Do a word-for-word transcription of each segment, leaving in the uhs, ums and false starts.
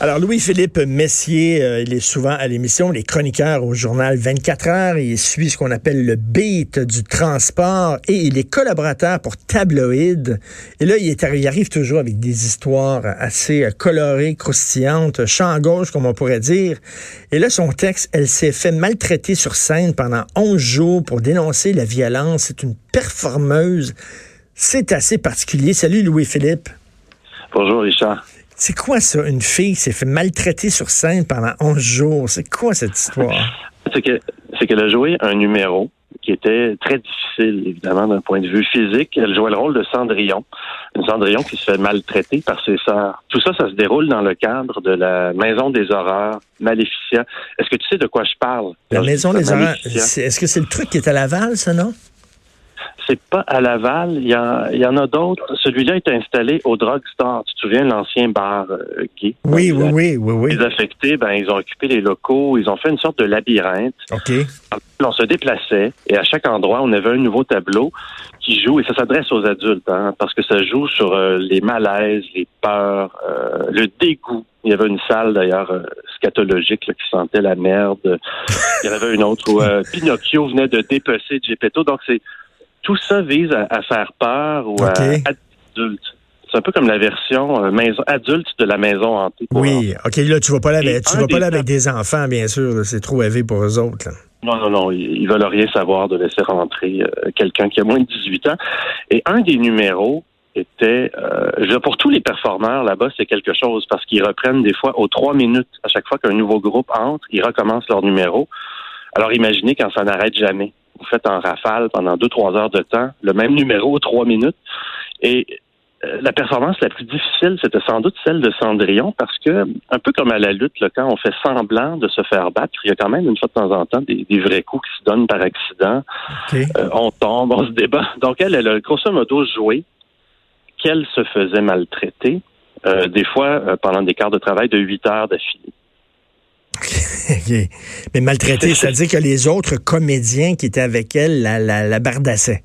Alors, Louis-Philippe Messier, euh, il est souvent à l'émission, les chroniqueurs au journal vingt-quatre heures. Il suit ce qu'on appelle le beat du transport et il est collaborateur pour Tabloïd. Et là, il, est, il arrive toujours avec des histoires assez colorées, croustillantes, champ gauche, comme on pourrait dire. Et là, son texte, elle s'est fait maltraiter sur scène pendant onze jours pour dénoncer la violence. C'est une performeuse. C'est assez particulier. Salut, Louis-Philippe. Bonjour, Richard. C'est quoi ça, une fille qui s'est fait maltraiter sur scène pendant onze jours? C'est quoi cette histoire? C'est que c'est qu'elle a joué un numéro qui était très difficile, évidemment, d'un point de vue physique. Elle jouait le rôle de Cendrillon. Une Cendrillon qui se fait maltraiter par ses sœurs. Tout ça, ça se déroule dans le cadre de la Maison des horreurs, Maléficia. Est-ce que tu sais de quoi je parle? La Maison des horreurs, est-ce que c'est le truc qui est à Laval, ça, non? C'est pas à Laval, il y, a, il y en a d'autres. Celui-là est installé au Drugstore. Tu te souviens, l'ancien bar euh, gay? Oui, oui, oui, oui, oui. Les affectés, ben, ils ont occupé les locaux, ils ont fait une sorte de labyrinthe. OK. On se déplaçait et à chaque endroit, on avait un nouveau tableau qui joue, et ça s'adresse aux adultes, hein, parce que ça joue sur euh, les malaises, les peurs, euh, le dégoût. Il y avait une salle, d'ailleurs, euh, scatologique, là, qui sentait la merde. Il y en avait une autre où euh, Pinocchio venait de dépecer Geppetto. Donc, c'est tout ça vise à, à faire peur ou okay. à adulte. C'est un peu comme la version euh, maison adulte de la maison hantée. Oui, OK, là, tu vas pas là avec, tu vas pas là avec des enfants, bien sûr. Là, c'est trop élevé pour eux autres. Là. Non, non, non. Ils, ils veulent rien savoir de laisser rentrer euh, quelqu'un qui a moins de dix-huit ans. Et un des numéros était... Euh, je, pour tous les performeurs, là-bas, c'est quelque chose parce qu'ils reprennent des fois aux trois minutes. À chaque fois qu'un nouveau groupe entre, ils recommencent leur numéro. Alors, imaginez quand ça n'arrête jamais. Vous faites en rafale pendant deux, trois heures de temps, le même numéro, trois minutes. Et euh, la performance la plus difficile, c'était sans doute celle de Cendrillon, parce que, un peu comme à la lutte, là, quand on fait semblant de se faire battre, il y a quand même, une fois de temps en temps, des, des vrais coups qui se donnent par accident. Okay. Euh, on tombe, on se débat. Donc, elle, elle a grosso modo joué qu'elle se faisait maltraiter, euh, des fois, euh, pendant des quarts de travail de huit heures d'affilée. Okay. Mais maltraité, c'est-à-dire que les autres comédiens qui étaient avec elle la, la, la bardassaient.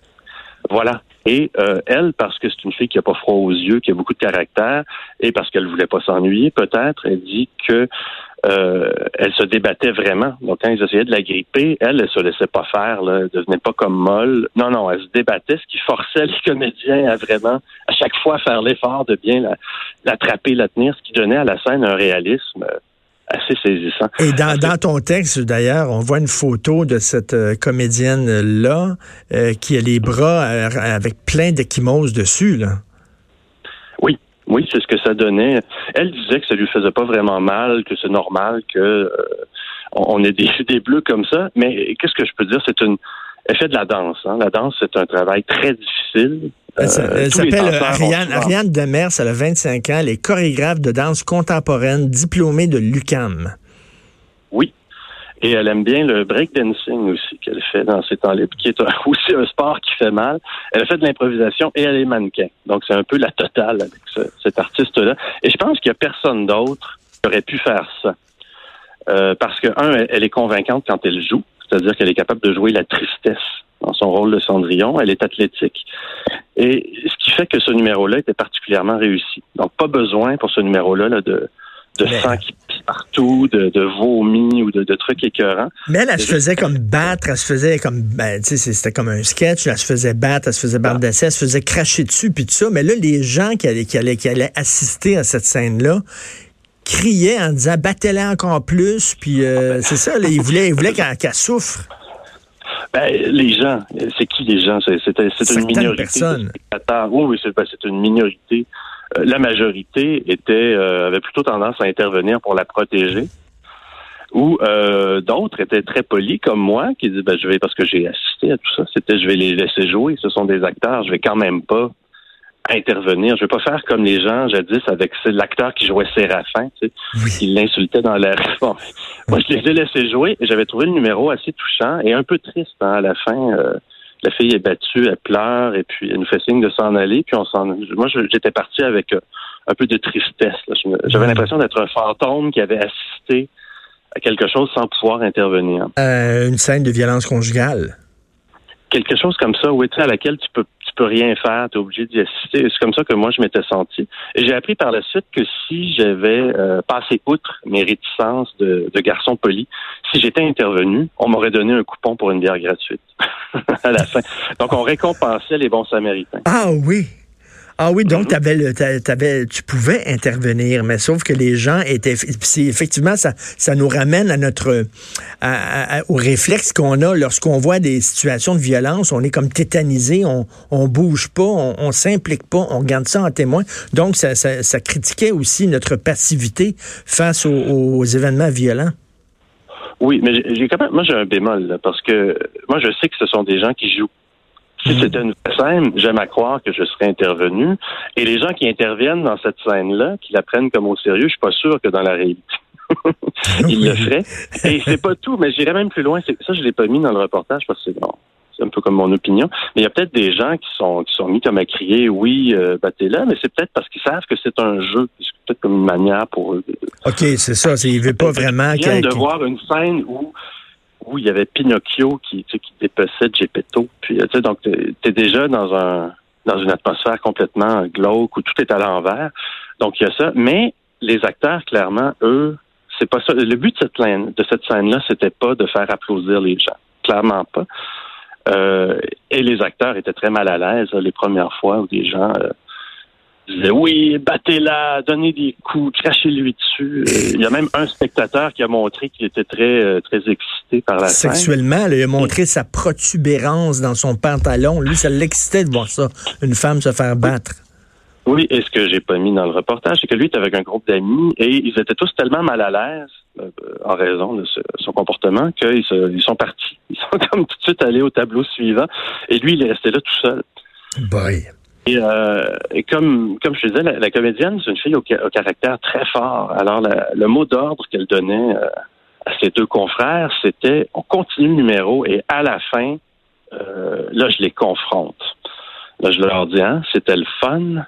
Voilà. Et euh, elle, parce que c'est une fille qui n'a pas froid aux yeux, qui a beaucoup de caractère, et parce qu'elle voulait pas s'ennuyer, peut-être, elle dit que euh, elle se débattait vraiment. Donc, quand ils essayaient de la gripper, elle, elle se laissait pas faire, là, elle devenait pas comme molle. Non, non, elle se débattait, ce qui forçait les comédiens à vraiment, à chaque fois, faire l'effort de bien la, l'attraper, la tenir, ce qui donnait à la scène un réalisme assez saisissant. Et dans, dans ton texte, d'ailleurs, on voit une photo de cette euh, comédienne-là euh, qui a les bras euh, avec plein d'échymoses dessus, là. Oui, oui, c'est ce que ça donnait. Elle disait que ça lui faisait pas vraiment mal, que c'est normal que euh, on ait des, des bleus comme ça, mais qu'est-ce que je peux dire? C'est une... Elle fait de la danse. Hein? La danse, c'est un travail très difficile. Elle, euh, elle s'appelle Ariane, Ariane Demers, elle a vingt-cinq ans, elle est chorégraphe de danse contemporaine, diplômée de l'U Q A M. Oui. Et elle aime bien le breakdancing aussi qu'elle fait dans ses temps libres, qui est un, aussi un sport qui fait mal. Elle a fait de l'improvisation et elle est mannequin. Donc, c'est un peu la totale avec ce, cet artiste-là. Et je pense qu'il n'y a personne d'autre qui aurait pu faire ça. Euh, parce que, un, elle, elle est convaincante quand elle joue. C'est-à-dire qu'elle est capable de jouer la tristesse dans son rôle de Cendrillon. Elle est athlétique. Et ce qui fait que ce numéro-là était particulièrement réussi. Donc, pas besoin pour ce numéro-là là, de, de mais... sang qui pisse partout, de, de vomi ou de, de trucs écœurants. Mais elle, elle se faisait comme battre, elle se faisait comme, ben, tu sais, c'était comme un sketch, elle se faisait battre, elle se faisait bardasser, elle se faisait cracher dessus, puis tout ça. Mais là, les gens qui allaient, qui allaient, qui allaient assister à cette scène-là, criait en disant battez-la encore plus, puis euh, c'est ça, là, il voulait, il voulait qu'elle, qu'elle souffre. Ben, les gens, c'est qui les gens? C'est, c'est, c'est une minorité. Personnes. Oui, oui, c'est, ben, c'est une minorité. Euh, la majorité était euh, avait plutôt tendance à intervenir pour la protéger. Ou euh, d'autres étaient très polis comme moi, qui disaient ben, je vais, parce que j'ai assisté à tout ça, c'était je vais les laisser jouer, ce sont des acteurs, je vais quand même pas intervenir. Je vais pas faire comme les gens jadis avec l'acteur qui jouait Séraphin, tu sais, oui. Il l'insultait dans la rue. Bon, moi, je les ai laissés jouer et j'avais trouvé le numéro assez touchant et un peu triste. Hein, à la fin, euh, la fille est battue, elle pleure et puis elle nous fait signe de s'en aller. Puis on s'en. Moi, je, j'étais parti avec euh, un peu de tristesse. Là. J'avais l'impression d'être un fantôme qui avait assisté à quelque chose sans pouvoir intervenir. Euh, une scène de violence conjugale. Quelque chose comme ça, oui, tu sais, à laquelle tu peux tu tu peux rien faire, tu es obligé d'y assister. C'est comme ça que moi, je m'étais senti. Et j'ai appris par la suite que si j'avais euh, passé outre mes réticences de, de garçon poli, si j'étais intervenu, on m'aurait donné un coupon pour une bière gratuite à la fin. Donc, on récompensait les bons Samaritains. Ah oui! Ah oui, donc t'avais le, t'avais, tu pouvais intervenir, mais sauf que les gens étaient... C'est, effectivement, ça, ça nous ramène à notre, à, à, au réflexe qu'on a lorsqu'on voit des situations de violence. On est comme tétanisé, on, on bouge pas, on, on s'implique pas, on garde ça en témoin. Donc, ça, ça, ça critiquait aussi notre passivité face aux, aux événements violents. Oui, mais j'ai, j'ai quand même... Moi, j'ai un bémol, là, parce que moi, je sais que ce sont des gens qui jouent. Si c'était une vraie scène, j'aime à croire que je serais intervenu. Et les gens qui interviennent dans cette scène-là, qui la prennent comme au sérieux, je suis pas sûr que dans la réalité, ils le feraient. Et c'est pas tout, mais j'irais même plus loin. C'est, ça, je l'ai pas mis dans le reportage parce que c'est, bon, c'est un peu comme mon opinion. Mais il y a peut-être des gens qui sont qui sont mis comme à crier, oui, euh, battez-la, mais c'est peut-être parce qu'ils savent que c'est un jeu. C'est peut-être comme une manière pour eux. De... OK, c'est ça. C'est, ils veulent pas vraiment... Ils viennent de voir une scène où où il y avait Pinocchio qui, tu sais, qui dépeçait Geppetto. Puis, tu sais, donc, t'es, t'es déjà dans un dans une atmosphère complètement glauque où tout est à l'envers. Donc, il y a ça. Mais les acteurs, clairement, eux, c'est pas ça. Le but de cette scène, de cette scène-là, c'était pas de faire applaudir les gens. Clairement pas. Euh, et les acteurs étaient très mal à l'aise là, les premières fois où des gens euh, disaient oui, battez-la, donnez des coups, crachez-lui dessus. Il y a même un spectateur qui a montré qu'il était très très excité par la scène. Sexuellement, là, il a montré sa protubérance dans son pantalon. Lui, ça l'excitait de voir ça, une femme se faire battre. Oui, et ce que j'ai pas mis dans le reportage, c'est que lui était avec un groupe d'amis et ils étaient tous tellement mal à l'aise euh, en raison de ce, son comportement qu'ils se, ils sont partis. Ils sont comme tout de suite allés au tableau suivant et lui, il est resté là tout seul. Boy. Et, euh, et comme comme je te disais, la, la comédienne, c'est une fille au, au caractère très fort. Alors, la, le mot d'ordre qu'elle donnait euh, à ses deux confrères, c'était « on continue le numéro et à la fin, euh, là, je les confronte. » Là, je leur dis, hein, c'était le fun.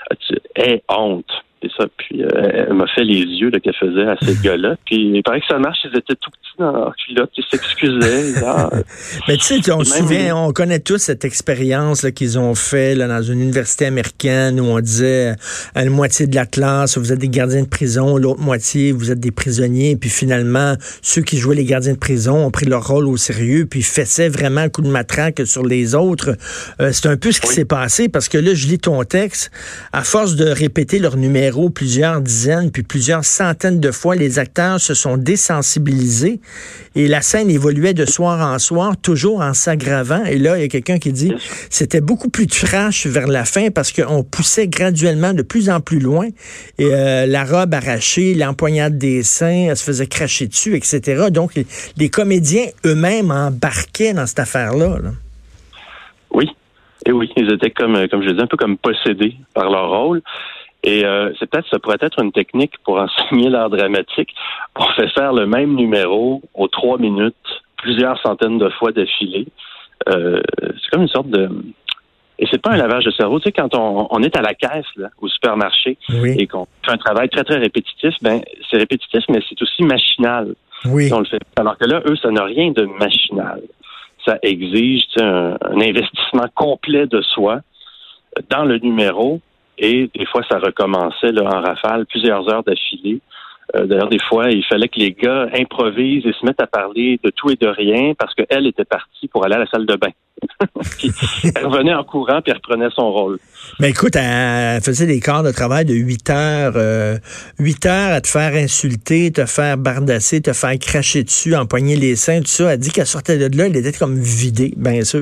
Aie honte. Et ça, puis euh, elle m'a fait les yeux là, qu'elle faisait à ces gars-là. Puis il paraît que ça marche, ils étaient tout petits dans leur culotte, ils s'excusaient. Ah, mais tu sais, on se souvient, on connaît tous cette expérience là, qu'ils ont fait là, dans une université américaine où on disait à la moitié de la classe, vous êtes des gardiens de prison, l'autre moitié, vous êtes des prisonniers. Puis finalement, ceux qui jouaient les gardiens de prison ont pris leur rôle au sérieux, puis fessaient vraiment un coup de matraque sur les autres. Euh, c'est un peu ce qui oui. s'est passé, parce que là, je lis ton texte, à force de répéter leur numéro plusieurs dizaines, puis plusieurs centaines de fois, les acteurs se sont désensibilisés et la scène évoluait de soir en soir, toujours en s'aggravant. Et là, il y a quelqu'un qui dit c'était beaucoup plus trash vers la fin parce qu'on poussait graduellement de plus en plus loin et euh, la robe arrachée, l'empoignade des seins, elle se faisait cracher dessus, et cetera. Donc, les, les comédiens eux-mêmes embarquaient dans cette affaire-là. Là. Oui, et oui, ils étaient comme, comme je disais, un peu comme possédés par leur rôle. Et euh, c'est peut-être, ça pourrait être une technique pour enseigner l'art dramatique. On fait faire le même numéro aux trois minutes, plusieurs centaines de fois d'affilée. Euh, c'est comme une sorte de... Et c'est pas un lavage de cerveau. Tu sais, quand on, on est à la caisse là, au supermarché oui. et qu'on fait un travail très, très répétitif, ben c'est répétitif, mais c'est aussi machinal. Oui. On le fait. Alors que là, eux, ça n'a rien de machinal. Ça exige tu sais, un, un investissement complet de soi dans le numéro. Et des fois, ça recommençait là, en rafale, plusieurs heures d'affilée. Euh, d'ailleurs, des fois, il fallait que les gars improvisent et se mettent à parler de tout et de rien parce qu'elle était partie pour aller à la salle de bain. Puis, elle revenait en courant puis elle reprenait son rôle. Mais écoute, elle faisait des quarts de travail de huit heures. Euh, huit heures à te faire insulter, te faire bardasser, te faire cracher dessus, empoigner les seins, tout ça. Elle dit qu'elle sortait de là, elle était comme vidée, bien sûr.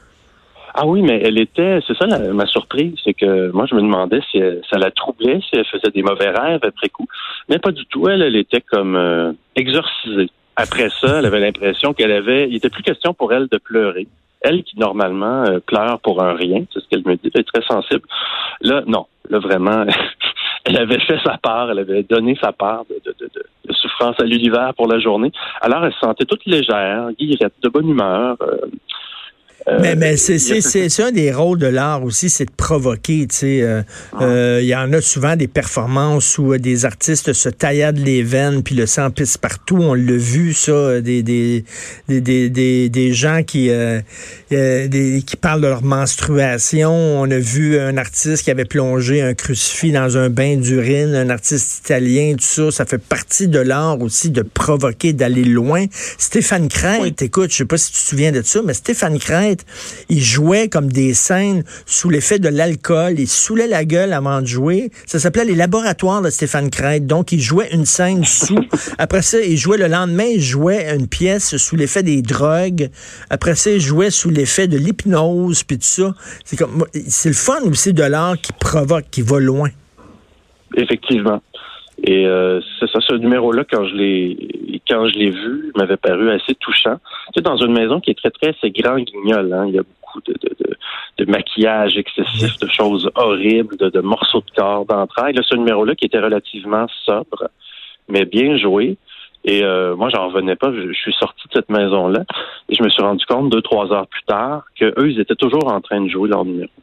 Ah oui, mais elle était, c'est ça la, ma surprise, c'est que moi je me demandais si elle, ça la troublait, si elle faisait des mauvais rêves après coup, mais pas du tout. Elle, elle était comme euh, exorcisée. Après ça, elle avait l'impression qu'elle avait, il était plus question pour elle de pleurer. Elle qui normalement euh, pleure pour un rien, c'est ce qu'elle me dit, elle est très sensible. Là, non, là vraiment, elle avait fait sa part, elle avait donné sa part de, de, de, de souffrance à l'univers pour la journée. Alors elle se sentait toute légère, guillerette, de bonne humeur. Euh, Euh, mais mais c'est, c'est, c'est, c'est un des rôles de l'art aussi, c'est de provoquer. Tu sais, euh, ah. euh, y en a souvent des performances où euh, des artistes se tailladent les veines puis le sang pisse partout. On l'a vu, ça, des des des des, des, des gens qui euh, euh, des, qui parlent de leur menstruation. On a vu un artiste qui avait plongé un crucifix dans un bain d'urine, un artiste italien, tout ça. Ça fait partie de l'art aussi de provoquer, d'aller loin. Stéphane Crête, oui. Écoute, je sais pas si tu te souviens de ça, mais Stéphane Crête, il jouait comme des scènes sous l'effet de l'alcool. Il saoulait la gueule avant de jouer. Ça s'appelait les laboratoires de Stéphane Crête. Donc, il jouait une scène sous. Après ça, il jouait le lendemain, il jouait une pièce sous l'effet des drogues. Après ça, il jouait sous l'effet de l'hypnose, puis tout ça. C'est comme, c'est le fun aussi de l'art qui provoque, qui va loin. Effectivement. Et euh, c'est ça, ce numéro-là, quand je l'ai quand je l'ai vu, il m'avait paru assez touchant. Tu sais, dans une maison qui est très, très, c'est grand guignol, hein. Il y a beaucoup de, de, de, de maquillage excessif, de choses horribles, de, de morceaux de corps, d'entrailles. Là, ce numéro-là qui était relativement sobre, mais bien joué. Et euh, moi, j'en revenais pas. Je, je suis sorti de cette maison-là et je me suis rendu compte deux, trois heures plus tard que eux, ils étaient toujours en train de jouer leur numéro.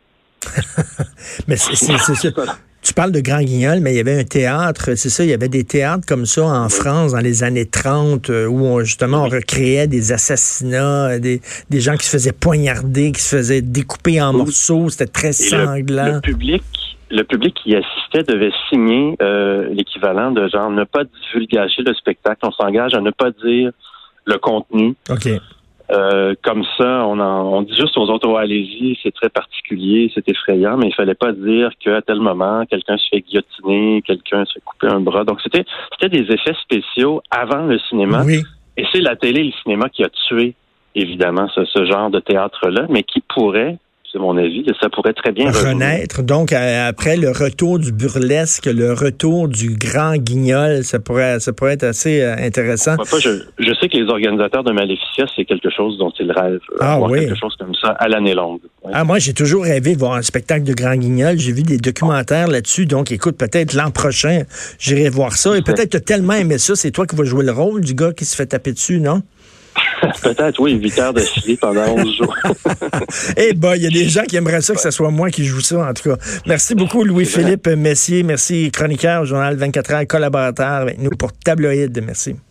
Mais c'est, c'est, c'est ça. Tu parles de Grand Guignol, mais il y avait un théâtre, c'est ça, il y avait des théâtres comme ça en oui. France dans les années trente euh, où on, justement on recréait des assassinats, des, des gens qui se faisaient poignarder, qui se faisaient découper en oui. morceaux, c'était très Et sanglant. Le, le public le public qui assistait devait signer euh, l'équivalent de genre ne pas divulgacher le spectacle, on s'engage à ne pas dire le contenu. OK. Euh, comme ça, on, en, on dit juste aux autres, oh, allez-y, c'est très particulier, c'est effrayant, mais il fallait pas dire qu'à tel moment, quelqu'un se fait guillotiner, quelqu'un se fait couper un bras. Donc, c'était c'était des effets spéciaux avant le cinéma. Oui. Et c'est la télé et le cinéma qui a tué, évidemment, ce, ce genre de théâtre-là, mais qui pourrait, c'est mon avis, ça pourrait très bien renaître. Donc, euh, après le retour du burlesque, le retour du grand guignol, ça pourrait, ça pourrait être assez euh, intéressant. Pas, je, je sais que les organisateurs de Maléficia, c'est quelque chose dont ils rêvent. Ah voir oui. Quelque chose comme ça à l'année longue. Ouais. Ah, moi, j'ai toujours rêvé de voir un spectacle de grand guignol. J'ai vu des documentaires là-dessus. Donc, écoute, peut-être l'an prochain, j'irai voir ça. Et peut-être que tu as tellement aimé ça, c'est toi qui vas jouer le rôle du gars qui se fait taper dessus, non? Peut-être, oui, huit heures de d'affilée pendant onze jours. Eh ben, il y a des gens qui aimeraient ça que ce soit moi qui joue ça, en tout cas. Merci beaucoup, Louis-Philippe Messier. Merci, chroniqueur au journal vingt-quatre heures, collaborateur avec nous pour Tabloïd. Merci.